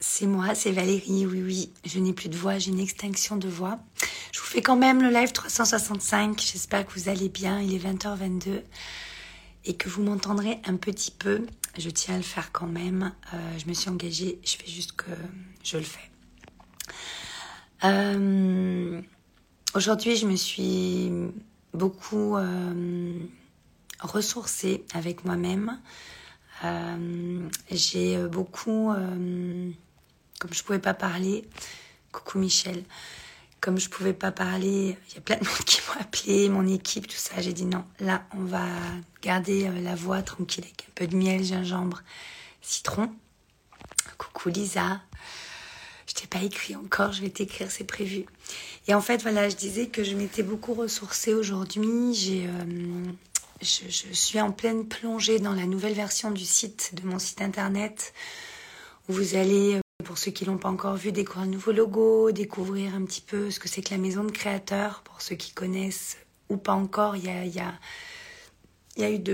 C'est moi, c'est Valérie, oui, je n'ai plus de voix, j'ai une extinction de voix. Je vous fais quand même le live 365, j'espère que vous allez bien, il est 20h22 et que vous m'entendrez un petit peu. Je tiens à le faire quand même, je me suis engagée, je fais juste que je le fais. Aujourd'hui, je me suis beaucoup ressourcée avec moi-même. J'ai beaucoup... comme je pouvais pas parler, coucou Michel, comme je pouvais pas parler, il y a plein de monde qui m'ont appelé, mon équipe, tout ça, j'ai dit non, là on va garder la voix tranquille avec un peu de miel, gingembre, citron. Coucou Lisa, je t'ai pas écrit encore, je vais t'écrire, c'est prévu. Et en fait voilà, je disais que je m'étais beaucoup ressourcée aujourd'hui, je suis en pleine plongée dans la nouvelle version du site, de mon site internet, où vous allez... Pour ceux qui ne l'ont pas encore vu, découvrir un nouveau logo, découvrir un petit peu ce que c'est que la maison de créateurs. Pour ceux qui connaissent ou pas encore, il y a eu de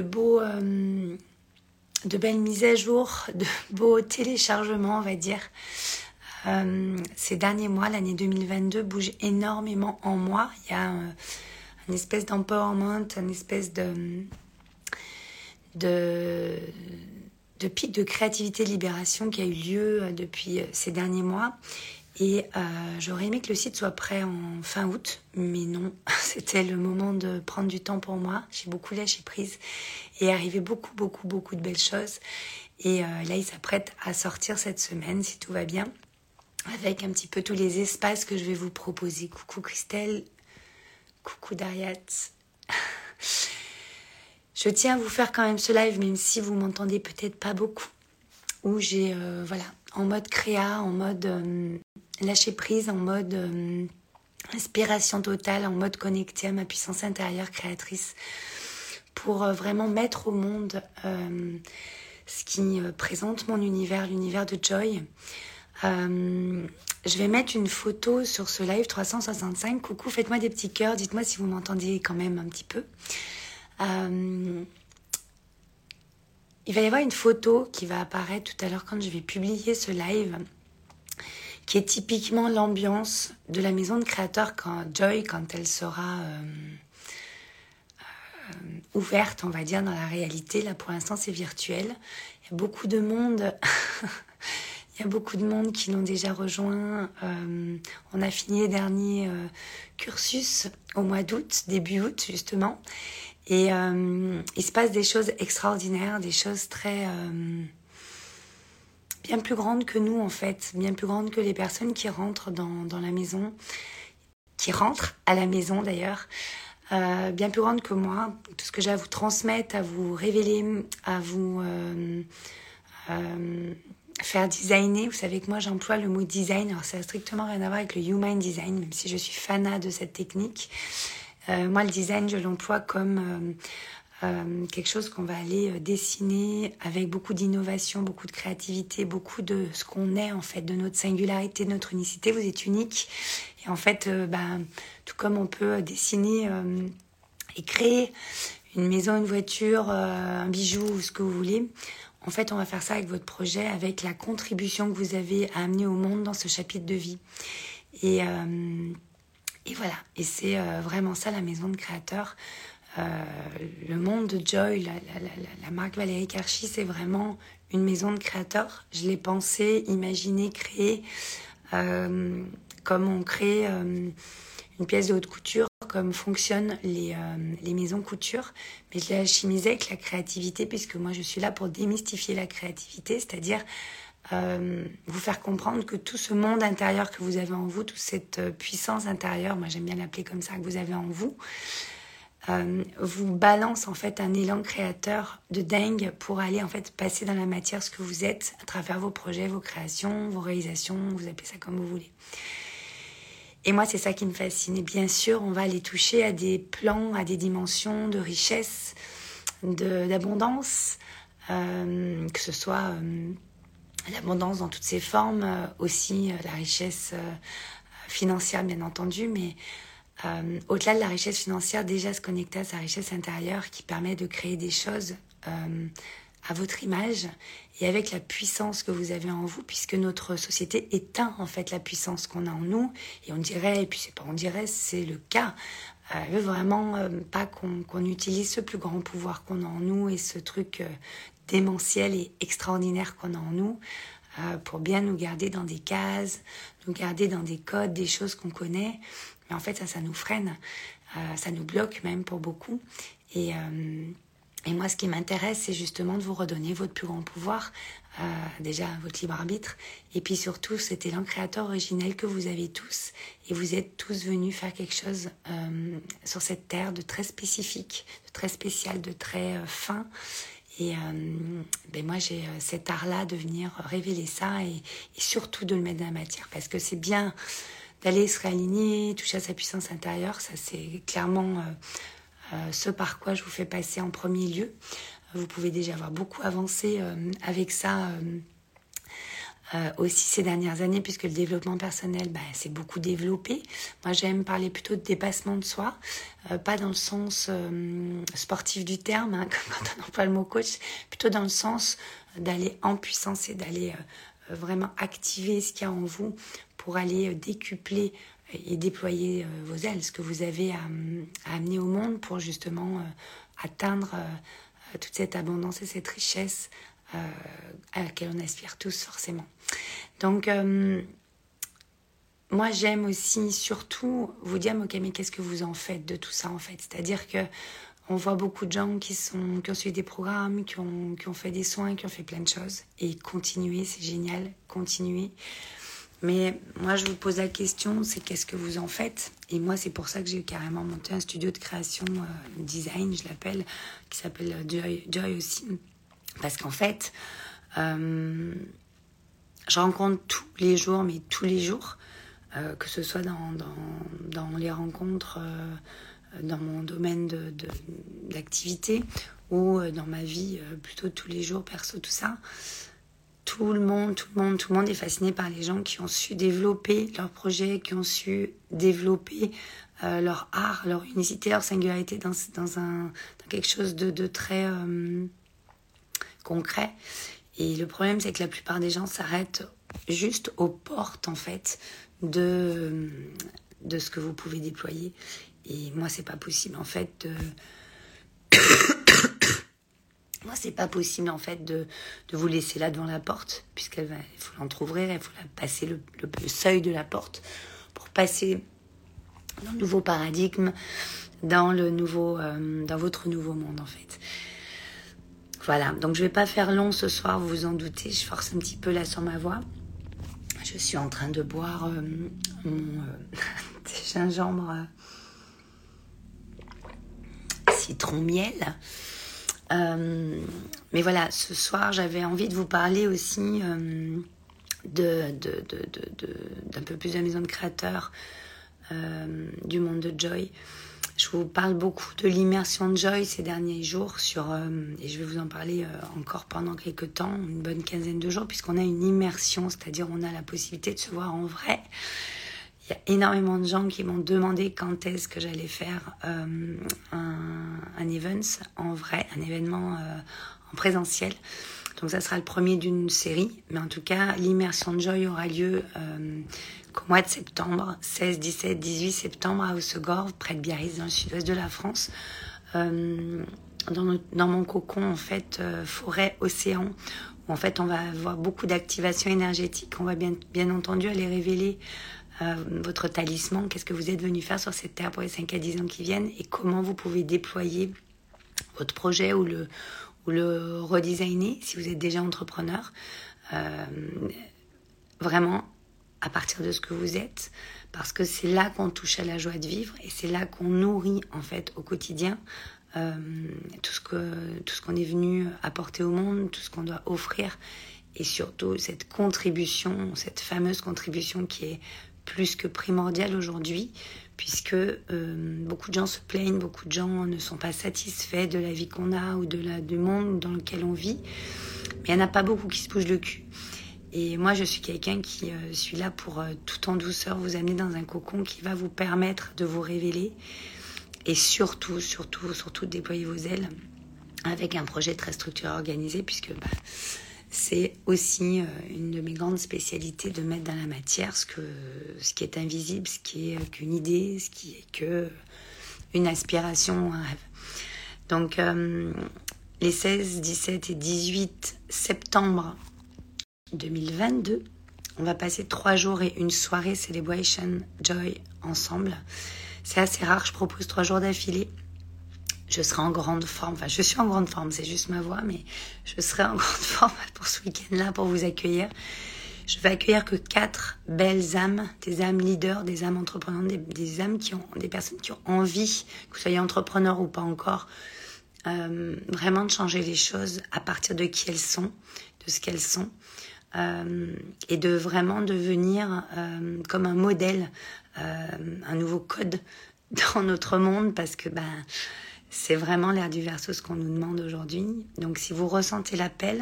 belles mises à jour, de beaux téléchargements, on va dire. Ces derniers mois, l'année 2022 bouge énormément en moi. Il y a une espèce d'empowerment, une espèce de pic de créativité, de libération qui a eu lieu depuis ces derniers mois. Et j'aurais aimé que le site soit prêt en fin août, mais non, c'était le moment de prendre du temps pour moi. J'ai beaucoup lâché prise et arrivé beaucoup de belles choses. Et là, il s'apprête à sortir cette semaine, si tout va bien, avec un petit peu tous les espaces que je vais vous proposer. Coucou Christelle, coucou Dariat. Je tiens à vous faire quand même ce live, même si vous m'entendez peut-être pas beaucoup, où j'ai, en mode créa, en mode lâcher prise, en mode inspiration totale, en mode connecté à ma puissance intérieure créatrice, pour vraiment mettre au monde ce qui présente mon univers, l'univers de Joy. Je vais mettre une photo sur ce live 365. Coucou, faites-moi des petits cœurs, dites-moi si vous m'entendez quand même un petit peu. Il va y avoir une photo qui va apparaître tout à l'heure quand je vais publier ce live, qui est typiquement l'ambiance de la maison de créateurs quand elle sera ouverte, on va dire, dans la réalité. Là, pour l'instant, c'est virtuel. Il y a beaucoup de monde. Il y a beaucoup de monde qui l'ont déjà rejoint. On a fini les derniers cursus au mois d'août, début août, justement. Et il se passe des choses extraordinaires, des choses très... bien plus grandes que nous, en fait. Bien plus grandes que les personnes qui rentrent dans la maison. Qui rentrent à la maison, d'ailleurs. Bien plus grandes que moi. Tout ce que j'ai à vous transmettre, à vous révéler, à vous faire designer. Vous savez que moi, j'emploie le mot design. Alors, ça n'a strictement rien à voir avec le human design, même si je suis fanat de cette technique. Moi, le design, je l'emploie comme quelque chose qu'on va aller dessiner avec beaucoup d'innovation, beaucoup de créativité, beaucoup de ce qu'on est, en fait, de notre singularité, de notre unicité. Vous êtes unique. Et en fait, tout comme on peut dessiner et créer une maison, une voiture, un bijou ou ce que vous voulez, en fait, on va faire ça avec votre projet, avec la contribution que vous avez à amener au monde dans ce chapitre de vie. Et voilà, et c'est vraiment ça la maison de créateurs. Le monde de Joy, la marque Valérie Karchi, c'est vraiment une maison de créateurs. Je l'ai pensé, imaginé, créé comme on crée une pièce de haute couture, comme fonctionnent les maisons couture. Mais je l'ai alchimisé avec la créativité, puisque moi je suis là pour démystifier la créativité, c'est-à-dire vous faire comprendre que tout ce monde intérieur que vous avez en vous, toute cette puissance intérieure, moi j'aime bien l'appeler comme ça, que vous avez en vous, vous balance en fait un élan créateur de dingue pour aller en fait passer dans la matière ce que vous êtes à travers vos projets, vos créations, vos réalisations, vous appelez ça comme vous voulez. Et moi c'est ça qui me fascine. Et bien sûr on va aller toucher à des plans, à des dimensions de richesse, d'abondance, que ce soit... l'abondance dans toutes ses formes, aussi la richesse financière bien entendu, mais au-delà de la richesse financière, déjà se connecter à sa richesse intérieure qui permet de créer des choses à votre image et avec la puissance que vous avez en vous, puisque notre société éteint en fait la puissance qu'on a en nous. Et on dirait, et puis c'est pas on dirait, c'est le cas. Elle veut vraiment pas qu'on utilise ce plus grand pouvoir qu'on a en nous et ce truc démentiel et extraordinaire qu'on a en nous pour bien nous garder dans des cases, nous garder dans des codes, des choses qu'on connaît. Mais en fait, ça nous freine, ça nous bloque même pour beaucoup. Et moi, ce qui m'intéresse, c'est justement de vous redonner votre plus grand pouvoir, déjà votre libre arbitre, et puis surtout cet élan créateur originel que vous avez tous, et vous êtes tous venus faire quelque chose sur cette terre de très spécifique, de très spécial, de très fin. Et moi, j'ai cet art-là de venir révéler ça et surtout de le mettre dans la matière, parce que c'est bien d'aller se réaligner, toucher à sa puissance intérieure, ça c'est clairement ce par quoi je vous fais passer en premier lieu. Vous pouvez déjà avoir beaucoup avancé avec ça aussi ces dernières années, puisque le développement personnel s'est beaucoup développé. Moi, j'aime parler plutôt de dépassement de soi, pas dans le sens sportif du terme, hein, quand on emploie le mot coach, plutôt dans le sens d'aller en puissance et d'aller vraiment activer ce qu'il y a en vous pour aller décupler et déployer vos ailes, ce que vous avez à amener au monde pour justement atteindre toute cette abondance et cette richesse à laquelle on aspire tous forcément. Donc moi j'aime aussi surtout vous dire ok, mais qu'est-ce que vous en faites de tout ça en fait, c'est-à-dire que on voit beaucoup de gens qui ont suivi des programmes, qui ont fait des soins, qui ont fait plein de choses, et continuez, c'est génial, continuez. Mais moi, je vous pose la question, c'est qu'est-ce que vous en faites? Et moi, c'est pour ça que j'ai carrément monté un studio de création design, je l'appelle, qui s'appelle Joy aussi. Parce qu'en fait, je rencontre tous les jours, mais tous les jours, que ce soit dans les rencontres, dans mon domaine d'activité, ou dans ma vie plutôt tous les jours, perso, tout ça. Tout le monde est fasciné par les gens qui ont su développer leur projet, qui ont su développer leur art, leur unicité, leur singularité dans quelque chose de très concret. Et le problème, c'est que la plupart des gens s'arrêtent juste aux portes, en fait, de ce que vous pouvez déployer. Et moi, c'est pas possible, en fait, Moi, c'est pas possible, en fait, de vous laisser là devant la porte, il faut l'entrouvrir, il faut passer le seuil de la porte pour passer dans le nouveau paradigme, dans votre nouveau monde, en fait. Voilà, donc je vais pas faire long ce soir, vous vous en doutez, je force un petit peu là sur ma voix. Je suis en train de boire mon gingembre citron miel. Mais voilà, ce soir, j'avais envie de vous parler aussi d'un peu plus de la maison de créateurs, du monde de Joy. Je vous parle beaucoup de l'immersion de Joy ces derniers jours et je vais vous en parler encore pendant quelques temps, une bonne quinzaine de jours, puisqu'on a une immersion, c'est-à-dire on a la possibilité de se voir en vrai. Il y a énormément de gens qui m'ont demandé quand est-ce que j'allais faire un event en vrai, un événement en présentiel. Donc ça sera le premier d'une série. Mais en tout cas, l'immersion de Joy aura lieu qu'au mois de septembre, 16, 17, 18 septembre à Hossegor, près de Biarritz, dans le sud-ouest de la France. Dans mon cocon, en fait, forêt-océan, où en fait on va avoir beaucoup d'activation énergétique. On va bien entendu aller révéler votre talisman, qu'est-ce que vous êtes venu faire sur cette terre pour les 5 à 10 ans qui viennent et comment vous pouvez déployer votre projet ou le redesigner si vous êtes déjà entrepreneur, vraiment à partir de ce que vous êtes, parce que c'est là qu'on touche à la joie de vivre et c'est là qu'on nourrit en fait au quotidien tout ce qu'on est venu apporter au monde, tout ce qu'on doit offrir, et surtout cette contribution, cette fameuse contribution qui est plus que primordial aujourd'hui, puisque beaucoup de gens se plaignent, beaucoup de gens ne sont pas satisfaits de la vie qu'on a ou du monde dans lequel on vit, mais il n'y en a pas beaucoup qui se bougent le cul. Et moi, je suis quelqu'un qui suis là pour, tout en douceur, vous amener dans un cocon qui va vous permettre de vous révéler et surtout, déployer vos ailes avec un projet très structuré, organisé, puisque c'est aussi une de mes grandes spécialités de mettre dans la matière ce qui est invisible, ce qui est qu'une idée, ce qui est qu'une aspiration, un rêve. Donc, les 16, 17 et 18 septembre 2022, on va passer 3 jours et une soirée Celebration Joy ensemble. C'est assez rare, je propose 3 jours d'affilée. Je serai en grande forme, enfin je suis en grande forme, c'est juste ma voix, mais je serai en grande forme pour ce week-end-là, pour vous accueillir. Je vais accueillir que 4 belles âmes, des âmes leaders, des âmes entreprenantes, des âmes des personnes qui ont envie, que vous soyez entrepreneur ou pas encore, vraiment de changer les choses à partir de qui elles sont, de ce qu'elles sont, et de vraiment devenir comme un modèle, un nouveau code dans notre monde, parce que c'est vraiment l'ère du Verseau ce qu'on nous demande aujourd'hui. Donc si vous ressentez l'appel,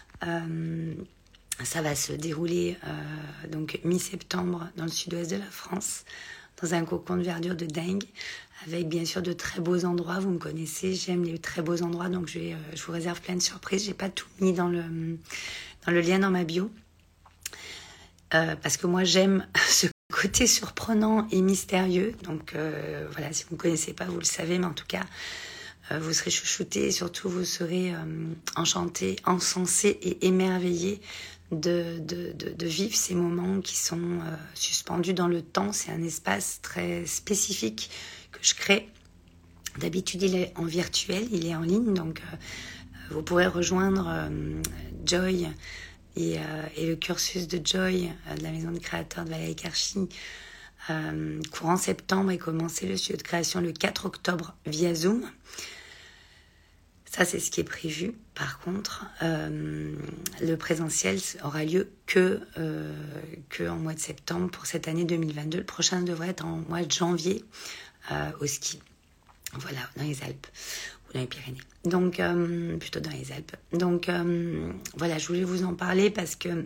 ça va se dérouler donc mi-septembre dans le sud-ouest de la France, dans un cocon de verdure de dingue, avec bien sûr de très beaux endroits. Vous me connaissez, j'aime les très beaux endroits, donc je vous réserve plein de surprises. J'ai pas tout mis dans le lien dans ma bio, parce que moi j'aime ce côté surprenant et mystérieux. Donc voilà, si vous ne me connaissez pas, vous le savez, mais en tout cas, vous serez chouchoutés et surtout vous serez enchantés, encensés et émerveillés de vivre ces moments qui sont suspendus dans le temps. C'est un espace très spécifique que je crée. D'habitude, il est en virtuel, il est en ligne, donc vous pourrez rejoindre Joy et le cursus de Joy de la maison de créateurs de Valérie Karchi courant septembre et commencer le studio de création le 4 octobre via Zoom. Ça, c'est ce qui est prévu. Par contre, le présentiel aura lieu que en mois de septembre pour cette année 2022. Le prochain devrait être en mois de janvier au ski. Voilà, dans les Alpes ou dans les Pyrénées. Donc, plutôt dans les Alpes. Donc, voilà, je voulais vous en parler parce que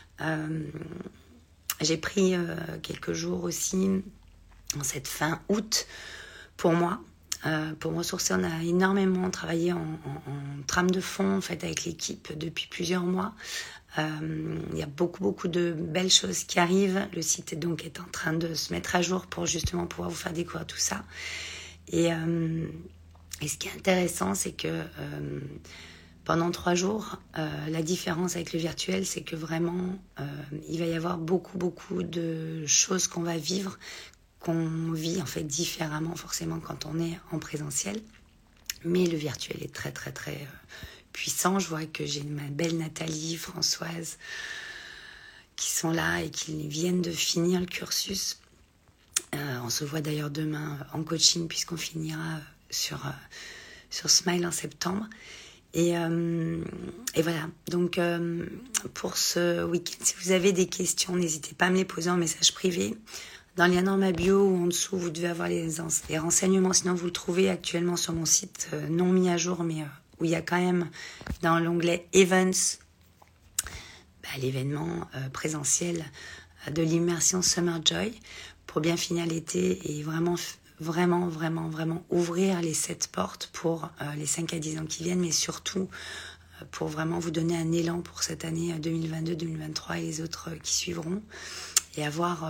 j'ai pris quelques jours aussi en cette fin août pour moi. Pour me ressourcer, on a énormément travaillé en trame de fond en fait, avec l'équipe depuis plusieurs mois. Il y a beaucoup de belles choses qui arrivent. Le site est en train de se mettre à jour pour justement pouvoir vous faire découvrir tout ça. Et ce qui est intéressant, c'est que pendant 3 jours, la différence avec le virtuel, c'est que vraiment, il va y avoir beaucoup de choses qu'on va vivre, qu'on vit en fait différemment forcément quand on est en présentiel. Mais le virtuel est très puissant. Je vois que j'ai ma belle Nathalie, Françoise qui sont là et qui viennent de finir le cursus. On se voit d'ailleurs demain en coaching puisqu'on finira sur Smile en septembre. Et voilà, donc pour ce week-end, si vous avez des questions, n'hésitez pas à me les poser en message privé. Dans le lien dans ma bio ou en dessous, vous devez avoir les renseignements. Sinon, vous le trouvez actuellement sur mon site, non mis à jour, mais où il y a quand même dans l'onglet Events, l'événement présentiel de l'immersion Summer Joy pour bien finir l'été et vraiment ouvrir les 7 portes pour les 5 à 10 ans qui viennent, mais surtout pour vraiment vous donner un élan pour cette année 2022, 2023 et les autres qui suivront. Et avoir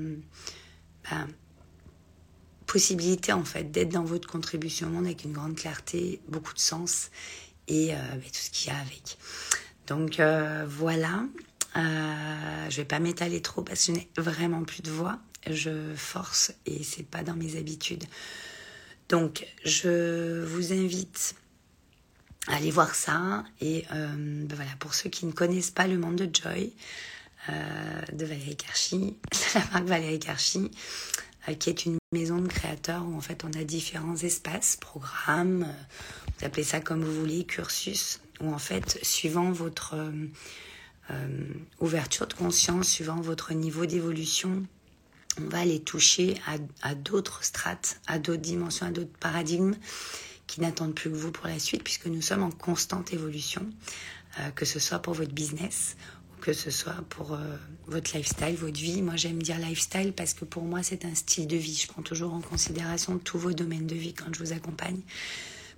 possibilité en fait d'être dans votre contribution au monde avec une grande clarté, beaucoup de sens et tout ce qu'il y a avec. Donc voilà, je vais pas m'étaler trop parce que je n'ai vraiment plus de voix. Je force et c'est pas dans mes habitudes. Donc je vous invite à aller voir ça et voilà, pour ceux qui ne connaissent pas le monde de Joy, de Valérie Karchi, de la marque Valérie Karchi, qui est une maison de créateurs où en fait on a différents espaces, programmes, vous appelez ça comme vous voulez, cursus, où en fait suivant votre ouverture de conscience, suivant votre niveau d'évolution, on va aller toucher à d'autres strates, à d'autres dimensions, à d'autres paradigmes qui n'attendent plus que vous pour la suite, puisque nous sommes en constante évolution, que ce soit pour votre business que ce soit pour votre lifestyle, votre vie. Moi, j'aime dire lifestyle parce que pour moi, c'est un style de vie. Je prends toujours en considération tous vos domaines de vie quand je vous accompagne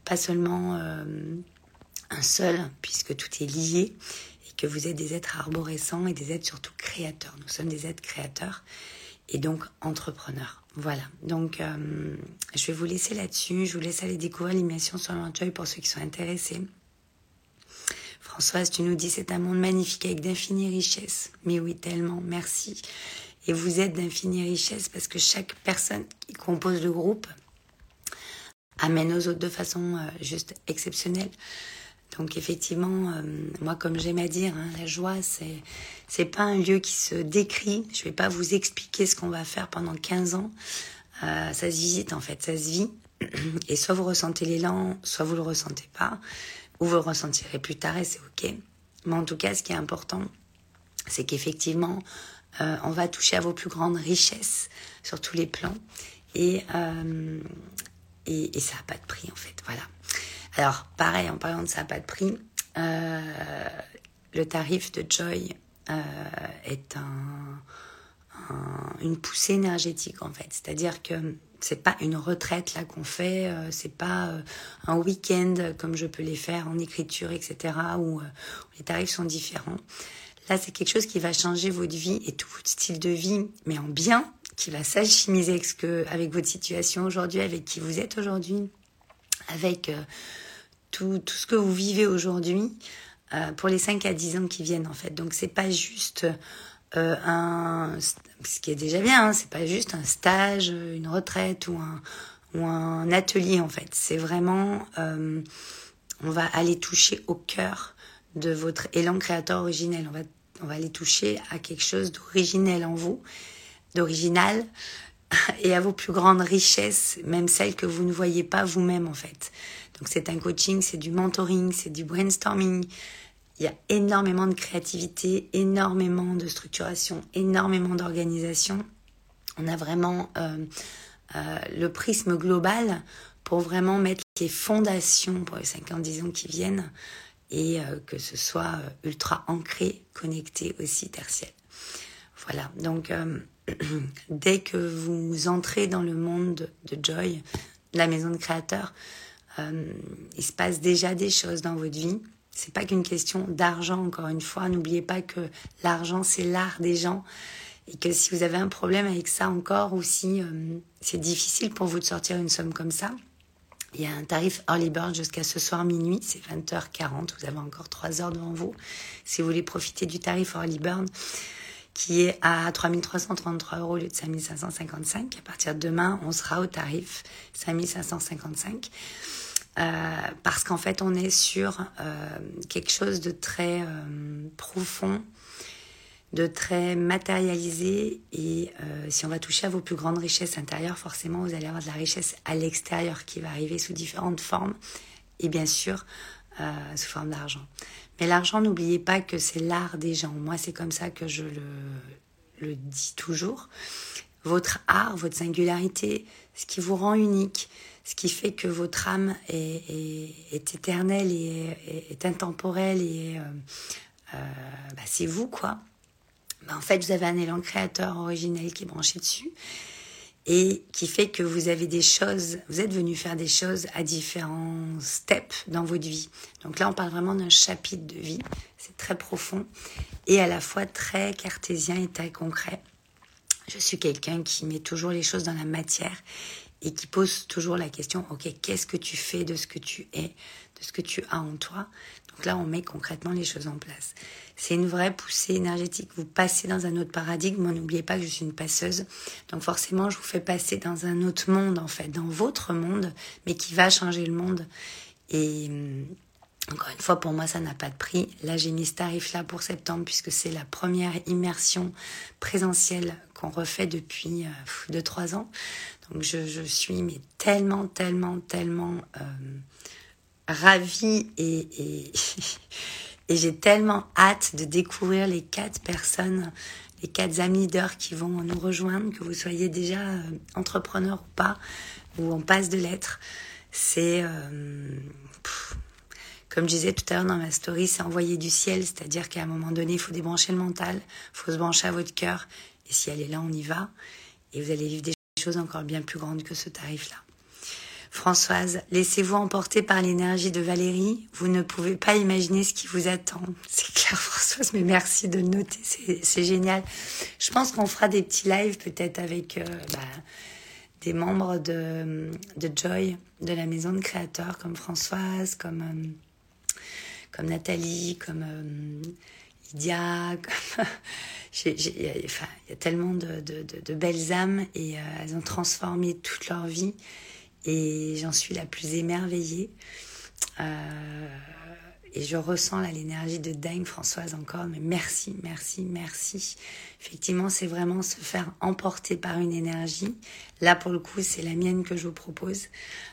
pas seulement un seul, puisque tout est lié, et que vous êtes des êtres arborescents et des êtres surtout créateurs. Nous sommes des êtres créateurs et donc entrepreneurs. Voilà, donc je vais vous laisser là-dessus. Je vous laisse aller découvrir l'immersion sur Lovejoy pour ceux qui sont intéressés. Françoise, tu nous dis c'est un monde magnifique avec d'infinies richesses. Mais oui, tellement, merci. Et vous êtes d'infinies richesses parce que chaque personne qui compose le groupe amène aux autres de façon juste exceptionnelle. Donc effectivement, moi comme j'aime à dire, la joie, c'est pas un lieu qui se décrit. Je vais pas vous expliquer ce qu'on va faire pendant 15 ans. Ça se visite en fait, ça se vit. Et soit vous ressentez l'élan, soit vous le ressentez pas. Ou vous le ressentirez plus tard et c'est ok. Mais en tout cas, ce qui est important, c'est qu'effectivement, on va toucher à vos plus grandes richesses sur tous les plans. Et ça n'a pas de prix en fait, voilà. Alors, pareil, en parlant de ça n'a pas de prix, le tarif de Joy est une poussée énergétique en fait. C'est-à-dire que c'est pas une retraite là qu'on fait, c'est pas un week-end comme je peux les faire en écriture, etc. où les tarifs sont différents. Là, c'est quelque chose qui va changer votre vie et tout votre style de vie, mais en bien, qui va s'alchimiser avec votre situation aujourd'hui, avec qui vous êtes aujourd'hui, avec tout ce que vous vivez aujourd'hui pour les 5 à 10 ans qui viennent en fait. Donc c'est pas juste ce qui est déjà bien, c'est pas juste un stage, une retraite ou un atelier en fait. C'est vraiment, on va aller toucher au cœur de votre élan créateur originel. On va aller toucher à quelque chose d'originel en vous, d'original, et à vos plus grandes richesses, même celles que vous ne voyez pas vous-même en fait. Donc c'est un coaching, c'est du mentoring, c'est du brainstorming. Il y a énormément de créativité, énormément de structuration, énormément d'organisation. On a vraiment le prisme global pour vraiment mettre les fondations pour les 50-10 ans qui viennent et que ce soit ultra ancré, connecté aussi tertiel. Voilà, donc dès que vous entrez dans le monde de Joy, la maison de créateurs, il se passe déjà des choses dans votre vie. C'est pas qu'une question d'argent, encore une fois. N'oubliez pas que l'argent, c'est l'art des gens. Et que si vous avez un problème avec ça encore, ou si c'est difficile pour vous de sortir une somme comme ça, il y a un tarif Early Bird jusqu'à ce soir minuit, c'est 20h40. Vous avez encore 3 heures devant vous. Si vous voulez profiter du tarif Early Bird, qui est à 3 333 € au lieu de 5 555. À partir de demain, on sera au tarif 5 555. Parce qu'en fait, on est sur quelque chose de très profond, de très matérialisé. Et si on va toucher à vos plus grandes richesses intérieures, forcément, vous allez avoir de la richesse à l'extérieur qui va arriver sous différentes formes. Et bien sûr, sous forme d'argent. Mais l'argent, n'oubliez pas que c'est l'art des gens. Moi, c'est comme ça que je le dis toujours. Votre art, votre singularité, ce qui vous rend unique, ce qui fait que votre âme est éternelle et est intemporelle et c'est vous, quoi. En fait, vous avez un élan créateur originel qui est branché dessus et qui fait que vous avez des choses, vous êtes venu faire des choses à différents steps dans votre vie. Donc là, on parle vraiment d'un chapitre de vie. C'est très profond et à la fois très cartésien et très concret. Je suis quelqu'un qui met toujours les choses dans la matière et qui pose toujours la question, ok, qu'est-ce que tu fais de ce que tu es, de ce que tu as en toi? Donc là, on met concrètement les choses en place. C'est une vraie poussée énergétique. Vous passez dans un autre paradigme. N'oubliez pas que je suis une passeuse. Donc forcément, je vous fais passer dans un autre monde, en fait, dans votre monde, mais qui va changer le monde. Et encore une fois, pour moi, ça n'a pas de prix. Là, j'ai mis ce tarif-là pour septembre, puisque c'est la première immersion présentielle qu'on refait depuis 2-3 ans. Donc je suis mais tellement ravie et j'ai tellement hâte de découvrir les 4 personnes, les 4 amis d'heure qui vont nous rejoindre, que vous soyez déjà entrepreneur ou pas, ou en passe de l'être. C'est, comme je disais tout à l'heure dans ma story, c'est envoyé du ciel, c'est-à-dire qu'à un moment donné, il faut débrancher le mental, il faut se brancher à votre cœur, et si elle est là, on y va, et vous allez vivre des choses encore bien plus grandes que ce tarif-là. Françoise, laissez-vous emporter par l'énergie de Valérie. Vous ne pouvez pas imaginer ce qui vous attend. C'est clair, Françoise, mais merci de noter, c'est génial. Je pense qu'on fera des petits lives peut-être avec des membres de Joy, de la maison de créateurs, comme Françoise, comme Nathalie, comme Lydia. Il y a tellement de belles âmes et elles ont transformé toute leur vie. Et j'en suis la plus émerveillée. Et je ressens là l'énergie de dingue, Françoise, encore. Mais merci, merci, merci. Effectivement, c'est vraiment se faire emporter par une énergie. Là, pour le coup, c'est la mienne que je vous propose.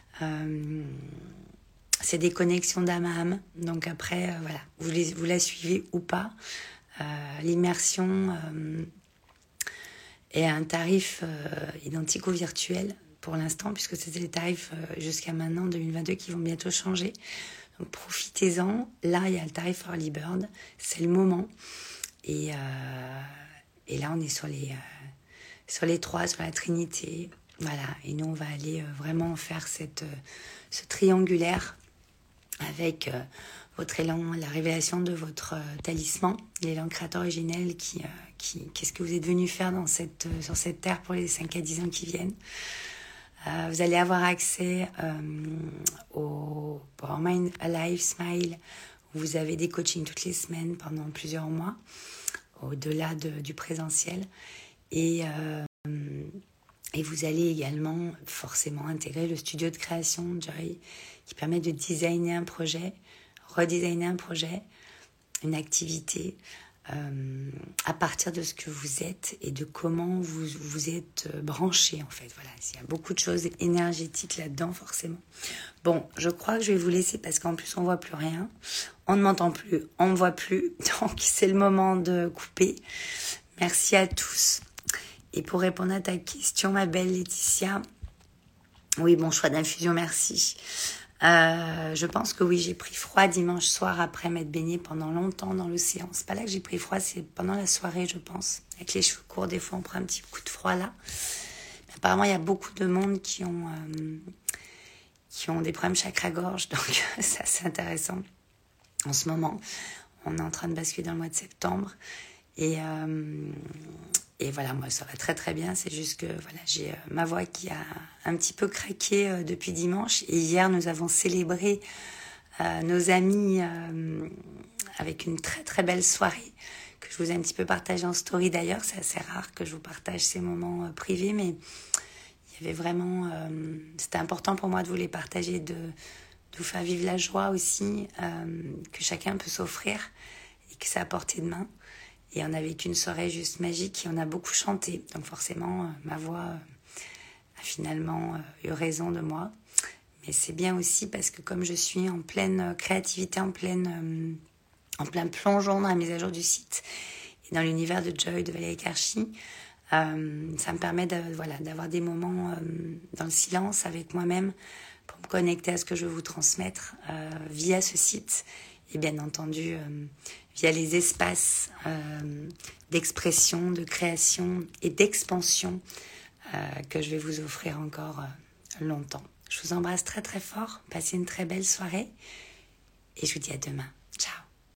C'est des connexions d'âme à âme. Donc après, voilà, vous la suivez ou pas. L'immersion est à un tarif identique au virtuel pour l'instant, puisque c'était les tarifs jusqu'à maintenant, 2022, qui vont bientôt changer. Donc profitez-en. Là, il y a le tarif Early Bird. C'est le moment. Et là, on est sur les trois, sur la Trinité. Voilà. Et nous, on va aller vraiment faire ce triangulaire avec votre élan, la révélation de votre talisman, l'élan créateur originel qu'est-ce que vous êtes venu faire sur cette terre pour les 5 à 10 ans qui viennent. Vous allez avoir accès au Power Mind Alive Smile, où vous avez des coachings toutes les semaines pendant plusieurs mois, au-delà du présentiel. Et vous allez également forcément intégrer le studio de création Joy, qui permet de designer un projet, redesigner un projet, une activité, à partir de ce que vous êtes et de comment vous êtes branché en fait. Voilà, il y a beaucoup de choses énergétiques là-dedans forcément. Bon, je crois que je vais vous laisser parce qu'en plus on voit plus rien, on ne m'entend plus, on ne me voit plus, donc c'est le moment de couper. Merci à tous. Et pour répondre à ta question, ma belle Laetitia, oui, bon choix d'infusion, merci. Je pense que oui, j'ai pris froid dimanche soir après m'être baignée pendant longtemps dans l'océan. C'est pas là que j'ai pris froid, c'est pendant la soirée, je pense. Avec les cheveux courts, des fois on prend un petit coup de froid là. Mais apparemment, il y a beaucoup de monde qui ont des problèmes chakra-gorge, donc ça c'est intéressant. En ce moment, on est en train de basculer dans le mois de septembre. Et voilà, moi, ça va très très bien. C'est juste que voilà, j'ai ma voix qui a un petit peu craqué depuis dimanche. Et hier, nous avons célébré nos amis avec une très très belle soirée que je vous ai un petit peu partagée en story d'ailleurs. C'est assez rare que je vous partage ces moments privés, mais il y avait vraiment... c'était important pour moi de vous les partager, de vous faire vivre la joie aussi que chacun peut s'offrir et que c'est à portée de main. Et on a vécu une soirée juste magique et on a beaucoup chanté. Donc forcément, ma voix a finalement eu raison de moi. Mais c'est bien aussi parce que comme je suis en pleine créativité, en plein plongeon dans la mise à jour du site et dans l'univers de Joy, de Valérie Karchi, ça me permet d'avoir des moments dans le silence avec moi-même pour me connecter à ce que je veux vous transmettre via ce site. Et bien entendu, via les espaces d'expression, de création et d'expansion que je vais vous offrir encore longtemps. Je vous embrasse très très fort, passez une très belle soirée et je vous dis à demain. Ciao.